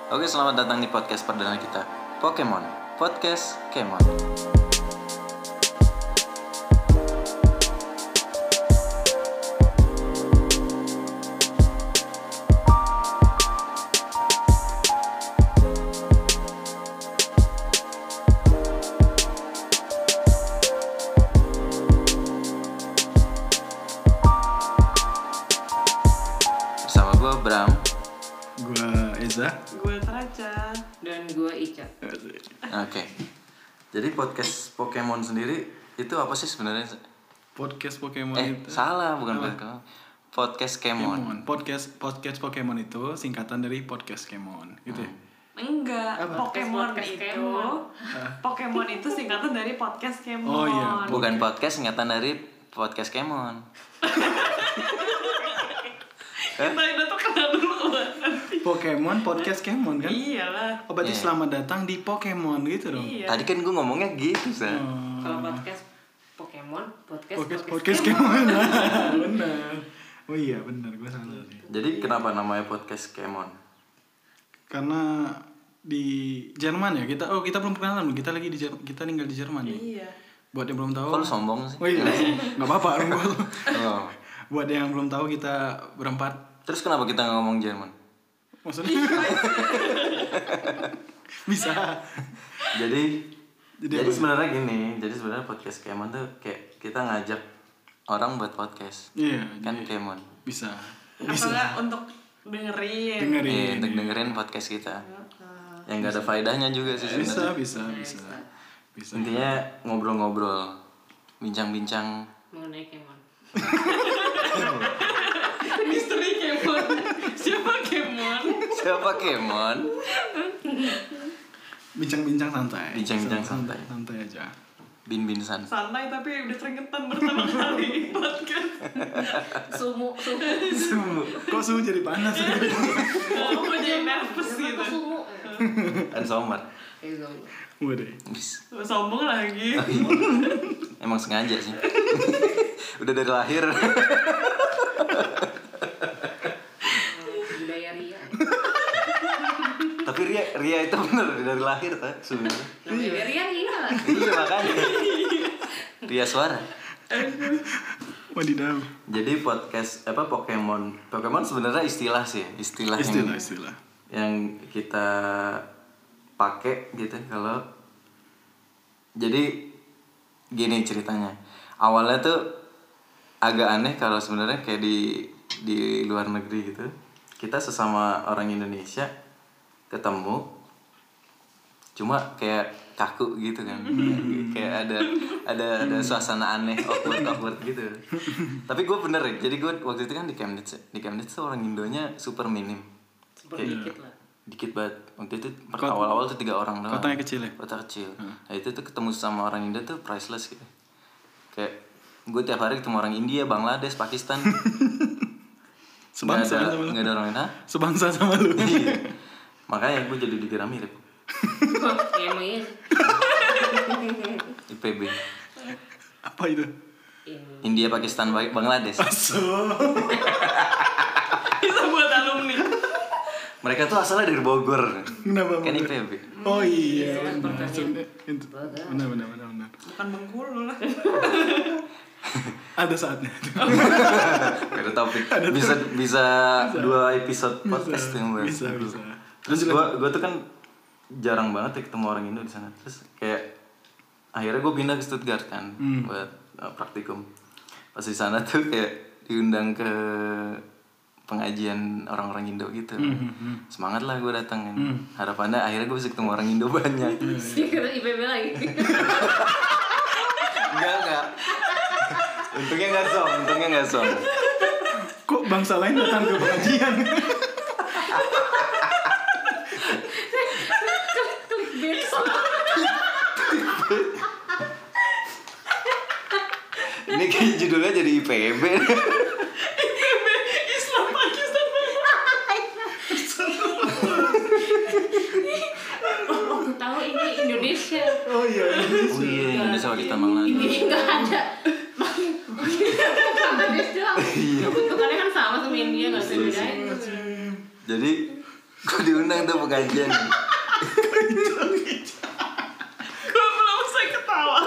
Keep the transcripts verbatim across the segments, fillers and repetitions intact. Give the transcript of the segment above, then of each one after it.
Oke, selamat datang di podcast perdana kita, Pokemon, Podcast Kemon. Bersama gue Bram. Gua Eza. Gue Teraca. Dan gue Ica. Oke. Jadi podcast Pokemon sendiri itu apa sih sebenarnya? Podcast Pokemon Eh, itu. salah, bukan Apa? Pokemon. Podcast Kemon. Kemon. Podcast podcast Pokemon itu singkatan dari podcast Kemon, gitu ya. Enggak, Apa? Pokemon Podcast itu Kemon. Pokemon itu singkatan dari podcast Kemon. Oh, iya. Bukan podcast singkatan dari Podcast Kemon. Kita udah tuh kenal dulu nanti. Pokemon podcast Kemon kan? Iyalah. Oh, berarti Iya. selamat datang di Pokemon gitu dong. Iya. Tadi kan gue ngomongnya gitu, Sa. Oh. Kalau podcast Pokemon, podcast Podcast podcast, podcast Kemon. Nah, benar. Oh iya, benar, gua salah sih. Jadi kenapa namanya Podcast Kemon? Karena di Jerman ya, kita oh kita belum kenalan, kita lagi di Jer- kita tinggal di Jerman nih. Iya. Buat yang belum tahu. Kok lu sombong sih? Oh iya, nggak apa-apa. dong, gua. Oh. Buat yang belum tahu kita berempat. Terus kenapa kita nggak ngomong Jerman? Maksudnya bisa. Jadi Jadi jadi, apa? sebenarnya gini, jadi sebenarnya podcast Kemon tuh kayak kita ngajak orang buat podcast. Iya, Kan jadi Kemon. bisa. Atau Bisa. enggak untuk dengerin. Dengerin. Iya, untuk dengerin podcast kita. Yang nggak ada faedahnya juga sih Bisa, sebenarnya. bisa, bisa. Bisa. Intinya ngobrol-ngobrol, bincang-bincang. mengenai Kemon. Misteri Kemon. Siapa Kemon? Siapa Kemon? Bincang-bincang santai. Bincang-bincang santai. Santai aja. Bin-bin san. Santai tapi udah keringetan pertama kali podcast. Sumu, sumu. Kok suhu jadi panas? Oh, gue jadi nervous Kenapa gitu. sumu? Kan somar. Eh, sumu. Waduh. Bis. Sombong lagi. Emang sengaja sih. Udah dari lahir. Budaya Ria. Tapi Ria, Ria itu bener dari lahir tak sebenarnya. Namanya Ria Ria lah. Iya makanya. Ria suara. Wadidaw. Jadi podcast apa Pokemon Pokemon sebenarnya istilah sih, istilah, Istilah, yang, istilah. yang kita pakai gitu kalau jadi gini ceritanya. Awalnya tuh agak aneh kalau sebenarnya kayak di di luar negeri gitu. Kita sesama orang Indonesia ketemu cuma kayak kaku gitu kan. Kayak ada ada ada suasana aneh, awkward awkward gitu. Tapi gue bener ya. Jadi gue waktu itu kan di Chemnitz. Di Chemnitz tuh orang Indonya super minim. Super dikit lah. Dikit banget. Waktu itu per- Kot- awal-awal tuh tiga orang doang. Kotanya kecil ya? Kota kecil. Nah itu tuh ketemu sama orang Indo tuh priceless gitu. Kayak gue tiap hari ketemu orang India, Bangladesh, Pakistan. Sebangsa Nggak ada, sama lu. nggak ada orang lain. Hah? Sebangsa sama lu. Iya. Makanya gue jadi dikira mirip. Ya, emang iya. I P B. Apa itu? Ini. India, Pakistan, Bang- Bangladesh. So. Bisa buat alumni. Mereka tuh asalnya dari Bogor. Kenapa? Kan I P B. Oh iya. Iya, Benar, sepertinya. Itu- benar, benar, benar, benar. Bukan Bengkulu lah. Ada saatnya. Beda topik. Bisa bisa dua episode podcast yang bahas. Bisa, bisa. Terus gue gue tuh kan jarang banget ya ketemu orang Indo di sana. Terus kayak akhirnya gue pindah ke Stuttgart kan Hmm. buat uh, praktikum. Pas di sana tuh kayak diundang ke pengajian orang-orang Indo gitu. Hmm, Semangat lah gue datang kan. Harapannya akhirnya gue bisa ketemu orang Indo banyak. Sih kata I P B lagi. Enggak enggak. Untungnya nggak song, untungnya nggak song. Kok bangsa lain datang ke pengajian? Besok. Ini kayak judulnya jadi I P B. Islam Pakistan. Oh, aku tahu ini Indonesia. Oh iya. Oh iya, Indonesia Pakistan Bangladesh. Ini nggak ada. Bangladesh doang. Bentukannya kan sama sama India nggak bisa bedain. Jadi Gue diundang tuh pengajian. Gue belum selesai ketawa.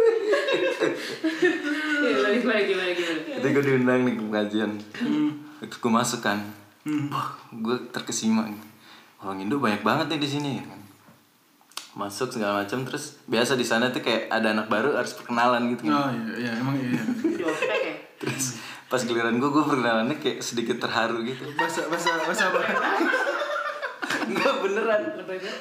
Gimana gimana gimana gimana. Itu gue diundang nih ke pengajian. Hmm. Terus gue masuk kan. Hmm. Wah, gue terkesima gitu. Orang Indo banyak banget nih di sini gitu kan. Masuk segala macam, terus biasa di sana tuh kayak ada anak baru harus perkenalan gitu kan. Oh iya, iya emang iya. Di ospek ya. Terus pas giliran gue, gue perkenalannya kayak sedikit terharu gitu. Bahasa bahasa bahasa apa? Enggak beneran. Lebay banget.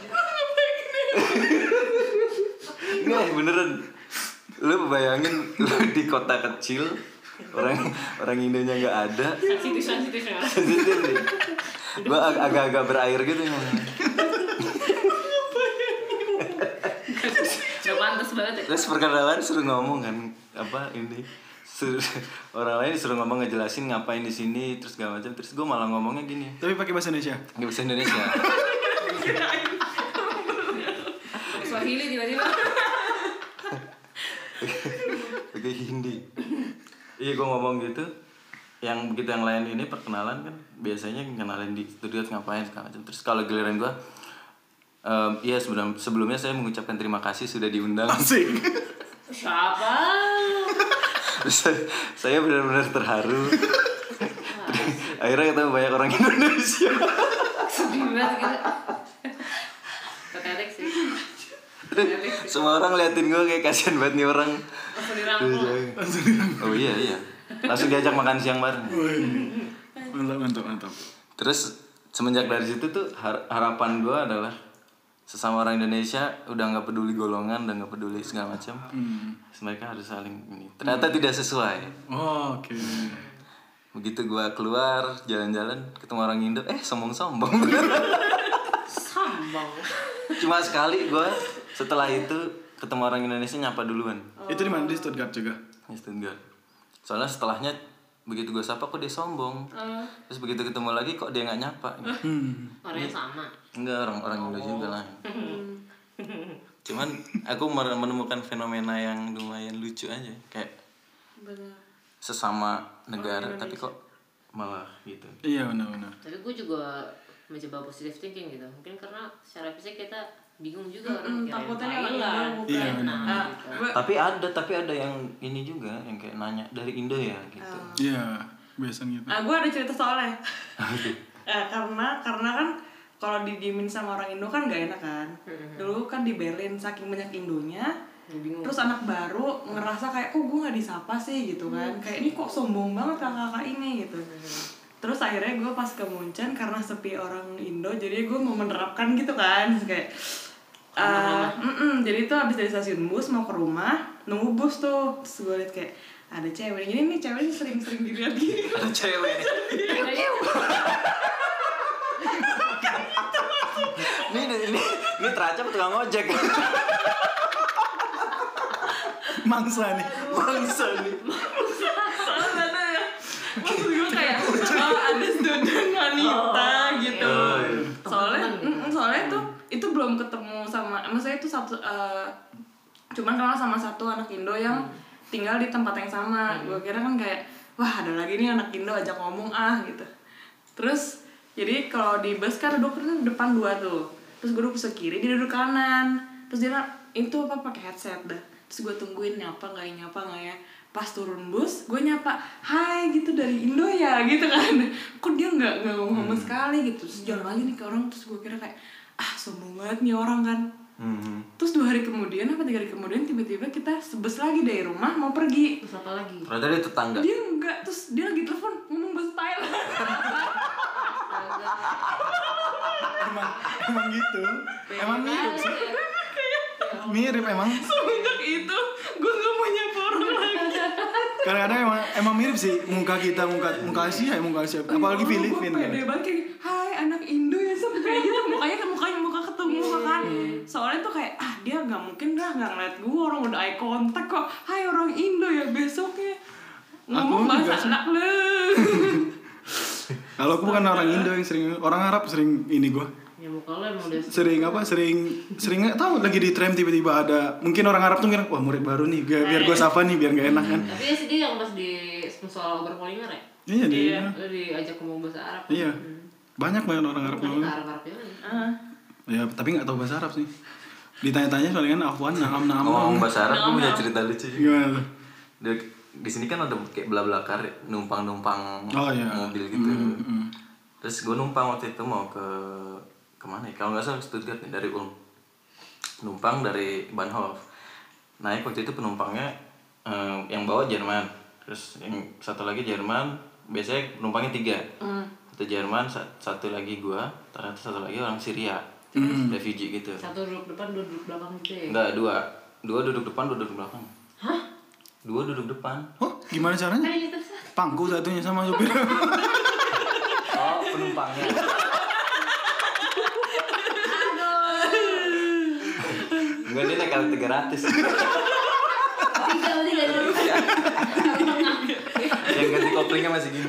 Enggak beneran. Lu bayangin lu di kota kecil, orang orang Indonya nggak ada. Sensitif sensitif ya. Sensitif nih. Gue ag- agak-agak berair gitu ngomongnya. Gak pantas banget ya. Terus perkenalan suruh ngomong kan apa ini suruh, orang lain disuruh ngomong ngejelasin ngapain di sini terus segala macam, terus gue malah ngomongnya gini Tapi pakai bahasa Indonesia. nggak bisa Indonesia. Swahili tiba-tiba. Pakai Hindi. Iya gue ngomong gitu. Yang begitu yang lain ini perkenalan kan biasanya kenalin di studio ngapain segala macam. Terus kalau giliran gue Um, iya sebelum sebelumnya saya mengucapkan terima kasih sudah diundang. Asik. Siapa? Terus saya, saya benar-benar terharu. Akhirnya ketemu banyak orang Indonesia. Sedih banget gitu. Patetik sih. Terus semua orang liatin gue kayak kasihan banget nih orang. Langsung dirangkul. Oh iya iya. Langsung diajak makan siang bareng. Mantap mantap mantap. Terus semenjak dari situ tuh har- harapan gue adalah sesama orang Indonesia udah nggak peduli golongan, udah nggak peduli segala macam. Hmm. Mereka harus saling ini. Ternyata tidak sesuai. Oh, oke. Okay. Begitu gue keluar jalan-jalan ketemu orang Indo, eh sombong-sombong. Sambang. Cuma sekali gue setelah itu ketemu orang Indonesia nyapa duluan. Oh. Itu di mana? Di Stuttgart juga. Di Stuttgart. Soalnya setelahnya begitu gue sapa kok dia sombong. Uh, Terus begitu ketemu lagi kok dia nggak nyapa. Hmm. orang yang sama. Enggak, orang-orang Indo juga lah. Cuman aku menemukan fenomena yang lumayan lucu aja, kayak Benar. sesama negara tapi kok malah gitu. Iya benar-benar. Tapi gue juga mencoba positive thinking gitu. Mungkin karena secara fisik kita bingung juga orang Mm-mm, kira takutnya orang Thailand. Indo bukan. Iya, benar. Nah, Ah, gitu. gue Tapi ada, tapi ada yang ini juga yang kayak nanya dari Indo ya gitu. Iya, biasa gitu. ah, gue ada cerita soalnya. Eh, karena karena kan kalau didiemin sama orang Indo kan gak enak kan. Dulu kan di Berlin saking banyak Indonya, Gue bingung. terus anak baru ngerasa kayak kok gue gak disapa sih gitu kan. Kayak ini kok sombong banget kakak-kakak ini gitu. Terus akhirnya gue pas ke Munchen karena sepi orang Indo, jadi gue mau menerapkan gitu kan. Terus kayak uh, mm-mm, jadi tuh abis dari stasiun bus mau ke rumah, nunggu bus tuh. Terus gue liat kayak ada cewek ini nih, cewek ini sering-sering dilihat gini. Ada cewek nih. Ini ini ini, ini teracap tukang ojek. Mangsa nih. Bangsa nih. Soalnya ada ya, maksud gue kayak oh, ada student wanita gitu. Oh, iya. Soalnya, Teman-teman mm, soalnya tuh itu belum ketemu sama, maksudnya itu satu, uh, cuman kenal sama satu anak Indo yang tinggal di tempat yang sama. Gue kira kan kayak wah ada lagi nih anak Indo ajak ngomong ah gitu. Terus jadi kalau di bus kan duduk kan depan dua tuh, terus gue duduk sebelah kiri, dia duduk kanan. Terus dia itu apa pakai headset dah. Terus gue tungguin nyapa nggak ya nyapa nggak ya. Pas turun bus gue nyapa hai gitu dari Indo ya gitu kan. Kok dia nggak nggak ngomong sama sekali gitu. Terus jalan lagi nih ke orang, terus gue kira kayak ah sombong banget nih orang kan. Hmm. Terus dua hari kemudian apa tiga hari kemudian tiba-tiba kita sebes lagi dari rumah mau pergi. Terus apa lagi? Ternyata dia tetangga. Dia enggak, terus dia lagi telepon ngomong bahasa Thailand. Emang emang gitu. Emang mirip sih. Mirip emang. Semenjak itu gue nggak mau nyapa orang lagi. Kadang-kadang emang emang mirip sih muka kita, muka muka Asia, muka Asia. Apalagi Filipina Gue kan. pede banget kayak hai anak Indo ya sampai kayak gitu mukanya kan mukanya muka ketemu kan. Soalnya tuh kayak ah dia nggak mungkin lah nggak ngeliat gue, orang udah eye contact kok. Hai orang Indo ya besoknya ngomong Aku juga bahasa sih. anak lu. Kalau aku bukan orang Indo yang sering, orang Arab sering ini gua. Ya muka lo emang udah Sering apa? Sering sering nggak tahu lagi di tram tiba-tiba ada mungkin orang Arab tuh ngira wah murid baru nih, biar, biar gua sapa nih biar nggak enak kan. Tapi ya sih dia yang pas di soal berpolimer ya? Iya dia. Lo diajak ngomong bahasa Arab. Iya. Hmm. Banyak banget orang Arab Bukan ngomong. ke Arab-Arab ya. Ah. Ya, tapi nggak tahu bahasa Arab sih. Ditanya-tanya soalnya kan afwan, naam, naam. Ngomong naam. bahasa Arab, gue punya cerita lucu juga. Gimana tuh? Di, di sini kan ada kayak bla-bla-kar numpang-numpang Oh, iya. mobil gitu. Mm, mm. Terus gue numpang waktu itu mau ke kemana ya? Kalau nggak salah Stuttgart nih, dari Ulm. Numpang dari Bahnhof. Naik waktu itu penumpangnya eh, yang bawa Jerman. Terus yang satu lagi Jerman. Biasanya penumpangnya tiga. Hmm. Satu Jerman, sa- satu lagi gua, ternyata satu lagi orang Syria. Refugee gitu. Satu duduk depan, dua duduk belakang gitu ya. Enggak, dua. Dua duduk depan, dua duduk belakang. Hah? Dua duduk depan. Oh, gimana caranya? Kan itu sah. Pangku satunya sama supir. Oh, penumpangnya. Enggak, dia naik kali tiga ratus. Tiga berarti gak ada. Yang ganti koplingnya masih gini.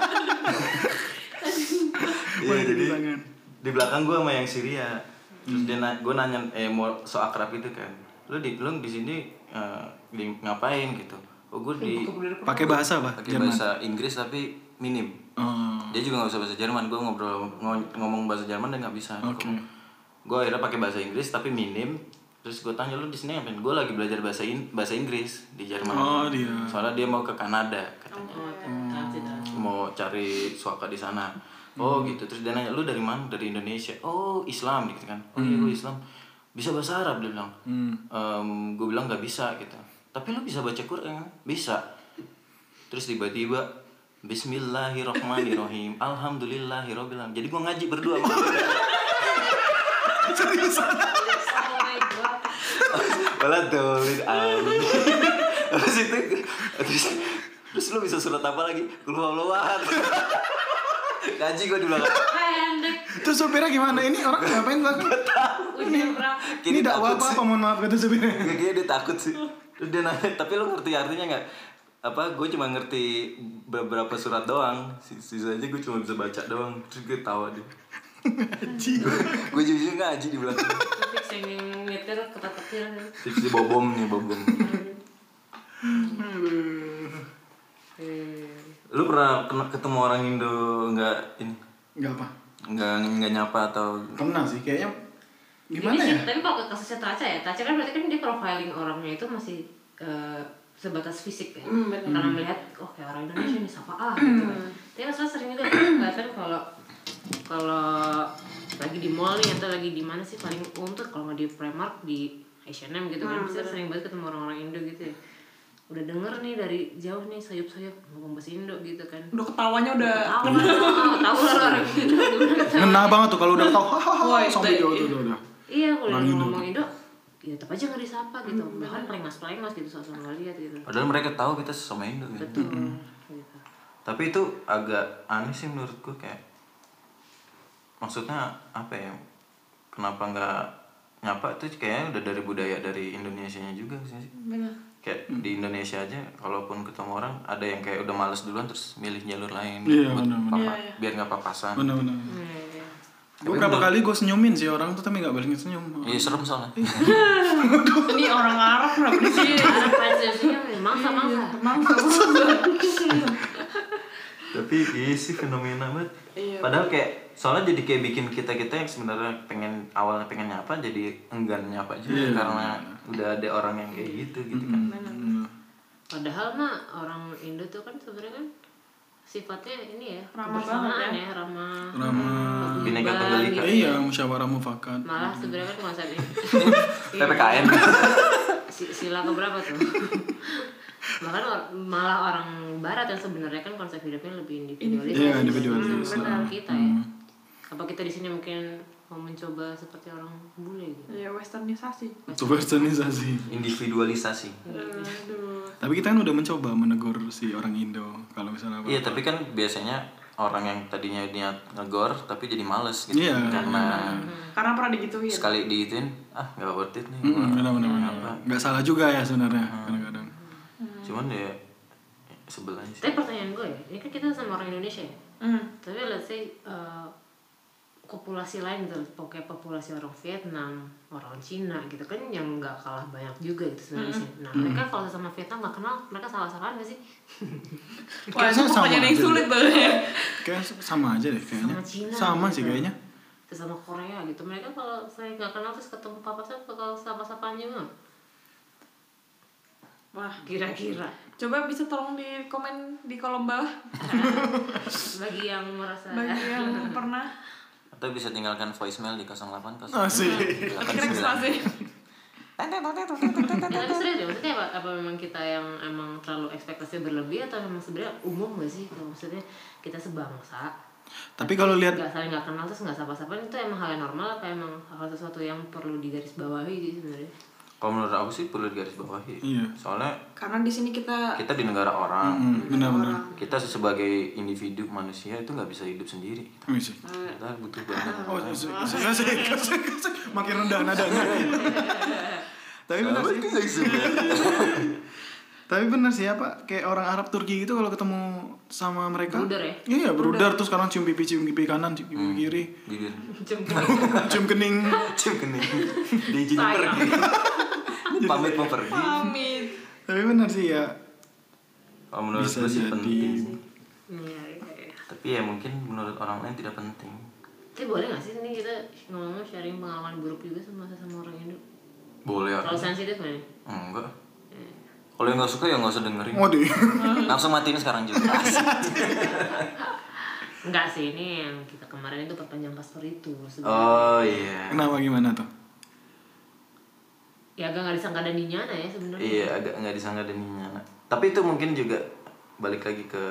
Iya, Pakai jadi tangan. di belakang gue sama yang Syria. Terus dia na- gue nanya eh mau so akrab itu kan. Lu di lu di sini eh, di ngapain gitu. Oh, gue di Pakai bahasa apa? pakai bahasa Inggris tapi minim. Oh. Dia juga nggak usah bahasa Jerman. Gue ngobrol ngo- ngomong bahasa Jerman dan nggak bisa. Oke. Gue akhirnya pakai bahasa Inggris tapi minim. Terus gue tanya, lu di sini ngapain? Gue lagi belajar bahasa in- bahasa Inggris di Jerman. Oh, dia. Soalnya dia mau ke Kanada katanya. Oh, transit transit. Mau cari suaka di sana. Oh gitu. Terus dia nanya, lu dari mana? Dari Indonesia. Oh, Islam gitu kan. Oh iya, gue Islam. Bisa bahasa Arab, dia bilang. Hmm. Em, gue bilang nggak bisa gitu. Tapi lu bisa baca Quran? Bisa. Terus tiba-tiba Bismillahirrohmanirrohim, Alhamdulillahirobbil alamin. Jadi gue ngaji berdua. Oh my god. Malah tulis amin. Terus itu terus terus lu bisa surat apa lagi? Keluar luar. Ngaji gue di belakang. Pendek. Terus supirnya gimana? Ini orang ngapain belakang? Ujian berapa? Ini dakwah apa? Apa? Mohon maaf kata supirnya. Gak, kayaknya dia takut sih. Terus dia nanya, tapi lu ngerti artinya nggak? Apa? Gue cuma ngerti beberapa surat doang. Sisanya gue cuma bisa baca doang. Terus gue tawa dia. Haji. Gue jujur ngaji di belakang. Fix yang nyetir ketat-ketir. Tips di bobom nih, bobom. Lu pernah kena- ketemu orang Indo nggak ini? Enggak apa? Nggak nggak nyapa atau Pernah sih kayaknya. Gimana Ini ya? sih, tapi kalau kasusnya Taca ya, Taca kan berarti kan dia profiling orangnya itu masih eh, sebatas fisik ya. Hmm, benar. Karena melihat, oh kayak orang Indonesia nih siapa ah gitu kan. Tapi maksudnya sering juga ngeliat kan kalau kalau lagi di mall nih atau lagi di mana sih paling umum tuh kalau nggak di Primark di H and M gitu kan, Hmm, bisa benar. sering banget ketemu orang-orang Indo gitu ya. Udah denger nih dari jauh nih sayup-sayup ngomong bahasa Indo gitu kan. Udah ketawanya udah Tahu lah, tahu lah orang Indo gimana ketawa. Ngena banget tuh kalau udah tahu hahaha Wah, sampai itu- jauh tuh udah. Iya, kalau Orang dia Indo ngomong Indo, ya tetap aja nggak disapa gitu. Bahkan pelengas-pelengas gitu, sosok nggak lihat gitu. padahal mereka tahu kita sesama Indo gitu. Betul. Gitu. Tapi itu agak aneh sih menurutku, kayak maksudnya apa ya? Kenapa nggak nyapa itu kayaknya udah dari budaya dari Indonesianya juga sih. bener. Kayak di Indonesia aja kalaupun ketemu orang ada yang kayak udah males duluan terus milih jalur lain Iya, buat benar-benar. papa- Iya, iya. biar nggak papasan. Benar-benar. Iya, iya. Gue berapa kali gue senyumin sih orang tuh tapi nggak balik senyum. Iya serem soalnya. Ini orang Arab kenapa di sini? Ada konsepsinya mangsa mangsa. Mangsa. Tapi iya sih fenomena banget. Iya. Padahal kayak soalnya jadi kayak bikin kita kita yang sebenarnya pengen awalnya pengen nyapa jadi enggan nyapa juga Iya. karena udah ada orang yang kayak gitu gitu kan. Hmm. Padahal mah orang Indo tuh kan sebenarnya kan sifatnya ini ya Ramah kebersamaan banget ya, ramah. Ramah. Bineka Tunggal Ika. Iya, musyawarah mufakat. Malah sebenarnya kan konsepnya P P K N. Si- sila keberapa tuh? Bahkan or- malah orang barat yang sebenarnya kan konsep hidupnya lebih individualis. Iya, individualis. Hmm, benar Hmm. kita ya. Apa kita di sini mungkin mau mencoba seperti orang bule gitu? Ya westernisasi. Itu westernisasi. Individualisasi. Aduh. Tapi kita kan udah mencoba menegur si orang Indo kalau misalnya apa. Iya, tapi kan biasanya orang yang tadinya niat ngegor tapi jadi males gitu. Iya. Karena Karena pernah digituin. sekali diituin, ah nggak worth it nih. Mm-mm, gua benar-benar. apa. Nggak salah juga ya sebenarnya kadang-kadang. Cuman ya sebel aja sih. Tapi pertanyaan gue ya, ini kan kita sama orang Indonesia ya. Hmm. Tapi let's say uh, populasi lain gitu, pokoknya populasi orang Vietnam, orang Cina gitu kan yang nggak kalah banyak juga gitu sebenarnya. Mm-hmm. Nah mereka kalau sama Vietnam nggak kenal, mereka salah-salahan nggak sih? Wah, itu sama pokoknya yang aja sulit deh. tuh ya. Kayak sama aja deh kayaknya. Sama Cina. Sama gitu. sih kayaknya. Terus sama Korea gitu, mereka kalau saya nggak kenal terus ketemu papa saya bakal sapa-sapaan juga. Wah, Kira-kira. coba bisa tolong di komen di kolom bawah Bagi yang merasa. bagi yang pernah. Atau bisa tinggalkan voicemail di nol delapan nol Asik. Keren sekali. Ya, tapi serius deh, maksudnya apa, apa memang kita yang emang terlalu ekspektasi berlebih atau memang sebenarnya umum gak sih? Maksudnya kita sebangsa Tapi kalau lihat nggak saling nggak kenal terus nggak sapa-sapaan itu emang hal yang normal apa emang hal sesuatu yang perlu digarisbawahi sih sebenarnya? Kalau menurut aku sih perlu digarisbawahi. Iya. Soalnya Karena di sini kita kita di negara orang, mm, benar-benar. kita sebagai individu manusia itu nggak bisa hidup sendiri. Iya sih. Kita butuh banyak Oh, orang. asik, asik, asik, asik, asik. Makin rendah nadanya. Tapi benar sih. Tapi benar sih apa kayak orang Arab Turki gitu kalau ketemu sama mereka. Bruder ya? Iya, brudar terus sekarang cium pipi, cium pipi kanan, cium pipi kiri. Bibir, Cium kening. cium kening, diizinin pergi. Pamit mau pergi. pamit. Tapi benar sih ya. Kalau menurut Bisa gue sih jadi. penting. Iya, iya, iya. Tapi ya mungkin menurut orang lain tidak penting. Tapi boleh nggak sih ini kita ngomong sharing pengalaman buruk juga sama sama orang Indo? Boleh Terlalu aku. sensitif nggak nih? Enggak. Kalau yang nggak suka ya nggak usah dengerin. Waduh. Langsung matiin sekarang juga. Enggak sih, ini yang kita kemarin itu perpanjang paspor itu sebenarnya. Oh iya. Kenapa gimana tuh? Ya agak nggak disangka dan dinyana ya sebenarnya. Iya agak nggak disangka dan nyana. Tapi itu mungkin juga balik lagi ke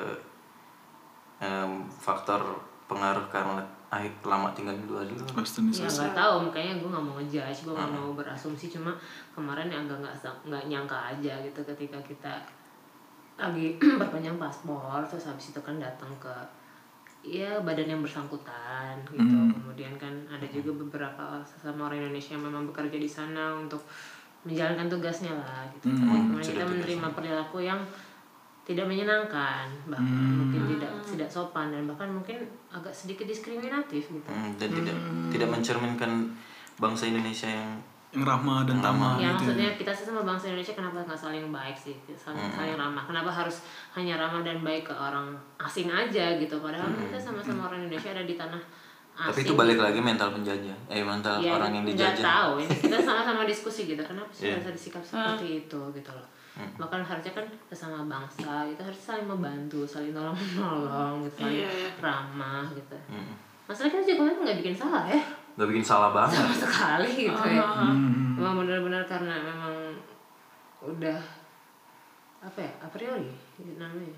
em, faktor pengaruh karena akhir lama tinggal di luar dulu. Pasti nih Ya susah. nggak tahu, makanya gue nggak mau ngejudge, gue nggak mau berasumsi, cuma kemarin yang agak nggak sang- nggak nyangka aja gitu ketika kita lagi perpanjang paspor terus habis itu kan datang ke ya badan yang bersangkutan gitu. Kemudian kan ada juga beberapa sesama orang Indonesia yang memang bekerja di sana untuk menjalankan tugasnya lah gitu. Tapi kemudian kita menerima perilaku yang tidak menyenangkan, bahkan mungkin tidak tidak sopan dan bahkan mungkin agak sedikit diskriminatif gitu. Hmm, dan tidak tidak mencerminkan bangsa Indonesia yang Yang ramah dan tamah Ya gitu. maksudnya kita sih sama bangsa Indonesia kenapa nggak saling baik sih, saling, saling ramah. Kenapa harus hanya ramah dan baik ke orang asing aja gitu? Padahal kita sama-sama orang Indonesia ada di tanah asing. tapi itu balik lagi mental penjajah. Eh mental Ya, orang yang nggak dijajah. tahu ini kita sama-sama diskusi gitu. Kenapa sih Iya. harus ada sikap seperti itu gitu loh? Bahkan harusnya kan sesama bangsa itu harus saling membantu, saling tolong menolong, gitu, saling Iya, iya. ramah gitu. Hmm. Masalahnya kita juga nggak bikin salah ya. Gak bikin salah banget. Sama sekali gitu ya. Hmm. Memang benar-benar karena memang udah apa ya a priori gitu namanya.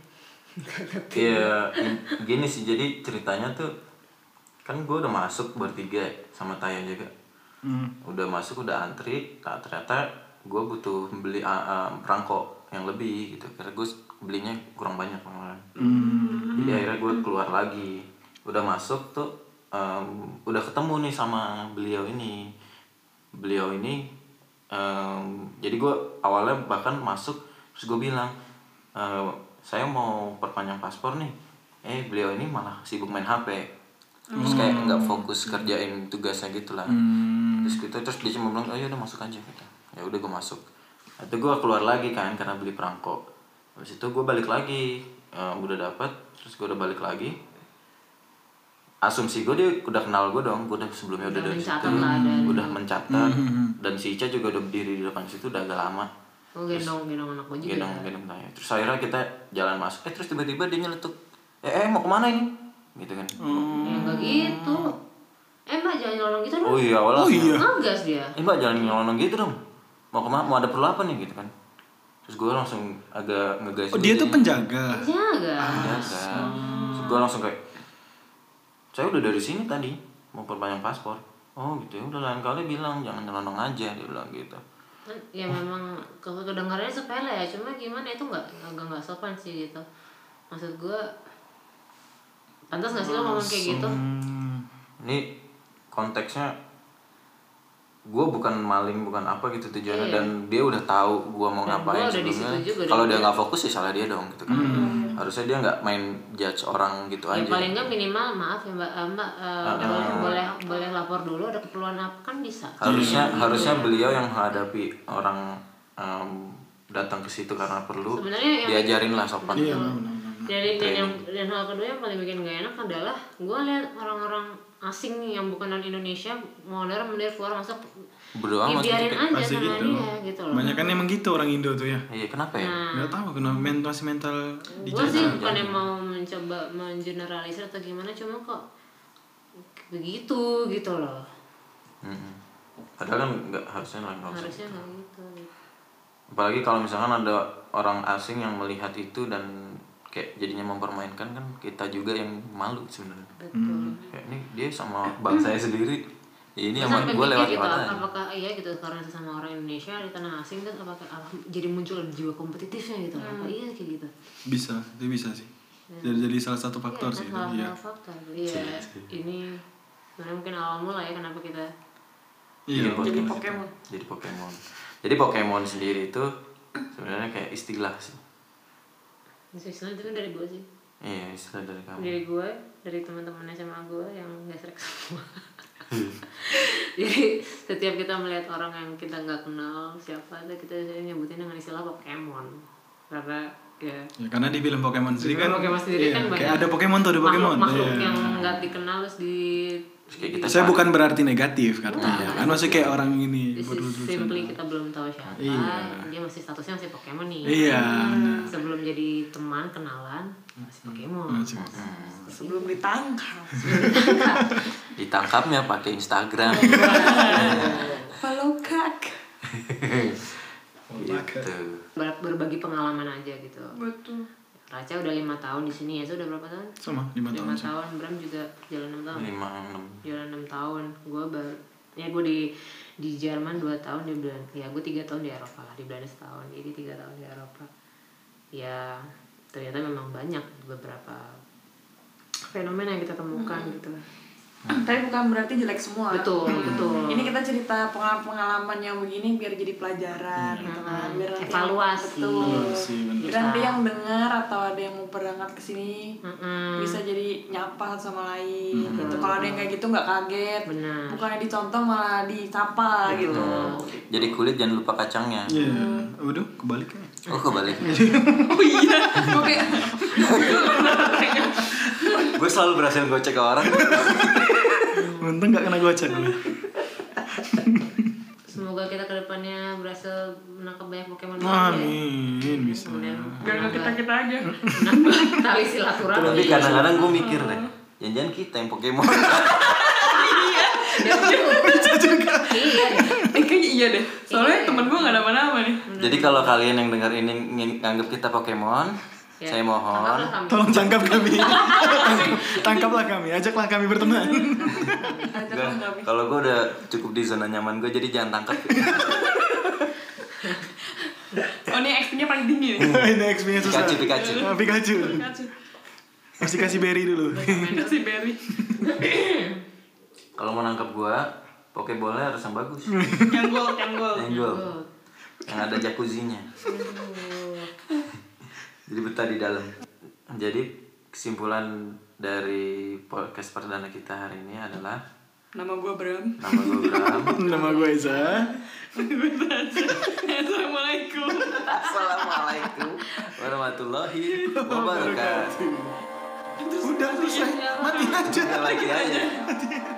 Iya, in- gini sih jadi ceritanya tuh kan gue udah masuk bertiga ya, sama Taya juga. Hmm. Udah masuk udah antri, nah, ternyata gue butuh beli uh, uh, perangko yang lebih gitu karena gue belinya kurang banyak kemarin. Jadi akhirnya gue keluar lagi. Udah masuk tuh um, udah ketemu nih sama beliau ini. Beliau ini um, jadi gue awalnya bahkan masuk terus gue bilang "Eh, saya mau perpanjang paspor nih." Eh beliau ini malah sibuk main H P. Terus kayak nggak fokus kerjain tugasnya gitu lah. Terus gitu terus dia cuma bilang, "Oh ya udah masuk aja," gitu. Ya udah gue masuk. Itu gue keluar lagi kan karena beli perangko. Habis itu gue balik lagi, eh, udah dapat, terus gue udah balik lagi. Asumsi gue dia udah kenal gue dong, gue udah sebelumnya udah Udah dari mencatat situ, lah dan- udah mencatat. Dan si Ica juga udah berdiri di depan situ udah agak lama. Oh gendong gendong anak gue juga. Gendong gendong Taya. Terus akhirnya kita jalan masuk, eh terus tiba-tiba dia nyeletuk, eh, eh mau kemana ini? Gitu kan. Ya enggak gitu. Eh mbak jangan nyolong gitu dong. Oh iya awalnya. Oh iya. Ngegas dia. Eh mbak jangan nyolong gitu dong. Mau kemana? Mau ada perlu apa nih gitu kan? Terus gue langsung agak ngegas. Oh, dia tuh penjaga. Jaga. Penjaga. Terus gue langsung kayak, saya udah dari sini tadi mau perpanjang paspor. Oh gitu ya udah lain kali bilang jangan nyelonong aja, dia bilang gitu. Kan ya memang kalau kedengarannya sepele ya, cuma gimana itu nggak agak nggak sopan sih gitu. Maksud gue pantas nggak sih lo ngomong kayak gitu? Hmm. Ini konteksnya gue bukan maling bukan apa gitu tujuannya. Iya. Dan dia udah tahu gue mau Dan ngapain gua udah di sebelumnya. situ juga, Kalau dan dia dia- nggak fokus ya salah dia dong gitu kan. Harusnya dia nggak main judge orang gitu Ya aja. paling nggak minimal maaf ya mbak, eh, mbak eh, Ah, boleh, ah. boleh boleh lapor dulu ada keperluan apa kan bisa. Harusnya harusnya beliau yang menghadapi orang em, datang ke situ karena perlu, Sebenarnya yang- diajarin lah sopan. Iya, benar-benar. Jadi dan yang dan hal kedua yang paling bikin gak enak adalah gue lihat orang-orang asing yang bukan non Indonesia mau mondar mandir keluar masuk, Bodo amat dibiarin gitu. aja Pasti sama gitu. dia gitu loh. Banyak kan emang gitu orang Indo tuh ya. Iya, kenapa ya? Nah, Nggak tahu kenapa mental masih mental gue sih dijajah. bukannya mau mencoba mengeneralisir atau gimana, cuma kok begitu gitu loh. Mm-mm. Padahal kan nggak harusnya lah nggak usah. Harusnya nggak gitu. Apalagi kalau misalkan ada orang asing yang melihat itu dan kayak jadinya mempermainkan, kan kita juga yang malu sebenarnya. Betul. Kayak ini dia sama bangsa saya sendiri. Ya ini Terus sama sampai gue mikir lewat gitu, mata. apakah iya gitu karena sesama orang Indonesia di tanah asing kan apakah ah, jadi muncul jiwa kompetitifnya gitu, apa iya kayak gitu. Bisa, itu bisa sih. Jadi jadi salah satu faktor Iya, sih. kan, itu, Iya. salah satu faktor. Iya, ini sebenarnya mungkin awal mula ya kenapa kita Iya. Jadi betul. Pokemon. Jadi Pokemon. Jadi Pokemon sendiri itu sebenarnya kayak istilah sih. Istilahnya itu kan dari gue sih, Iya, istilah dari kamu. dari gue, dari teman-teman S M A gue yang gesrek semua. Jadi setiap kita melihat orang yang kita nggak kenal siapa aja, kita nyebutin dengan istilah Pokemon karena ya Ya, karena di film Pokemon sendiri kan, Pokemon sendiri iya, kan kayak banyak ada Pokemon tuh, ada Pokemon. makhluk Iya. yang nggak dikenal terus di Terus kayak kita Saya bukan berarti negatif artinya. Kan maksudnya kayak orang ini This is berdua-dua. simply kita belum tahu siapa. Iya. Dia masih statusnya masih Pokemon nih. Iya. Sebelum jadi teman kenalan masih Pokemon. Masih. Sebelum ditangkap. ditangkapnya pakai Instagram. Follow kak. gitu. Ber- berbagi pengalaman aja gitu. Betul. Raca udah lima tahun di sini ya, sudah berapa tahun? Sama lima tahun Lima sih. tahun. Bram juga jalan enam tahun. Lima enam. Jalan enam tahun. Gue baru ya gue di di Jerman dua tahun, di bulan ya gue tiga tahun di Eropa lah, di Belanda setahun, jadi tiga tahun di Eropa. Ya ternyata memang banyak beberapa fenomena yang kita temukan gitu. Tapi bukan berarti jelek semua. Betul, betul. Ini kita cerita pengalaman-pengalaman yang begini biar jadi pelajaran gitu kan. Biar nanti Evaluasi. betul. Evaluasi, bener. Biar nanti yang dengar atau ada yang mau berangkat ke sini Mm-mm. bisa jadi nyapa satu sama lain gitu. Kalau ada yang kayak gitu nggak kaget. Benar. Bukannya dicontoh malah dicapa gitu. Jadi kulit jangan lupa kacangnya. Iya. Waduh, kebalik ya. Oh, kebalik. Oh iya. Oke. Gue selalu berhasil gocek ke orang. Untung gak kena gocek. Semoga kita kedepannya berhasil menangkap banyak Pokemon baru ya. Amin, bisa. Kemudian Gak kita kita aja. menambah tali silaturahmi. Tapi kadang-kadang gue mikir deh, jangan-jangan kita yang Pokemon. Ya, betul. Iya. Eh kayaknya iya deh. Soalnya Iya. temen gue gak nama-nama nih. Jadi kalau kalian yang dengar ini ng- nganggap kita Pokemon, Ya, saya mohon tangkaplah kami. Tolong tangkap kami. Tangkaplah kami, ajaklah kami berteman. Ajak Nggak, lah kami. kalau gue udah cukup di zona nyaman gue, jadi jangan tangkap. Oh ini X P-nya paling tinggi nih. Ini X P-nya susah. Pikachu, Pikachu. Ah, Pikachu. Pikachu. Masih kasih berry dulu. Kasih berry. Kalau mau nangkap gue, Pokeballnya harus yang bagus, Yang gold, yang gold. yang gold, yang ada jacuzzinya. Jadi betah di dalam. Jadi kesimpulan dari podcast perdana kita hari ini adalah Nama gue Bram. nama gue Bram. Nama gue Eza. Assalamualaikum. Assalamualaikum warahmatullahi wabarakatuh. Udah selesai. Mati aja. Udah lagi aja.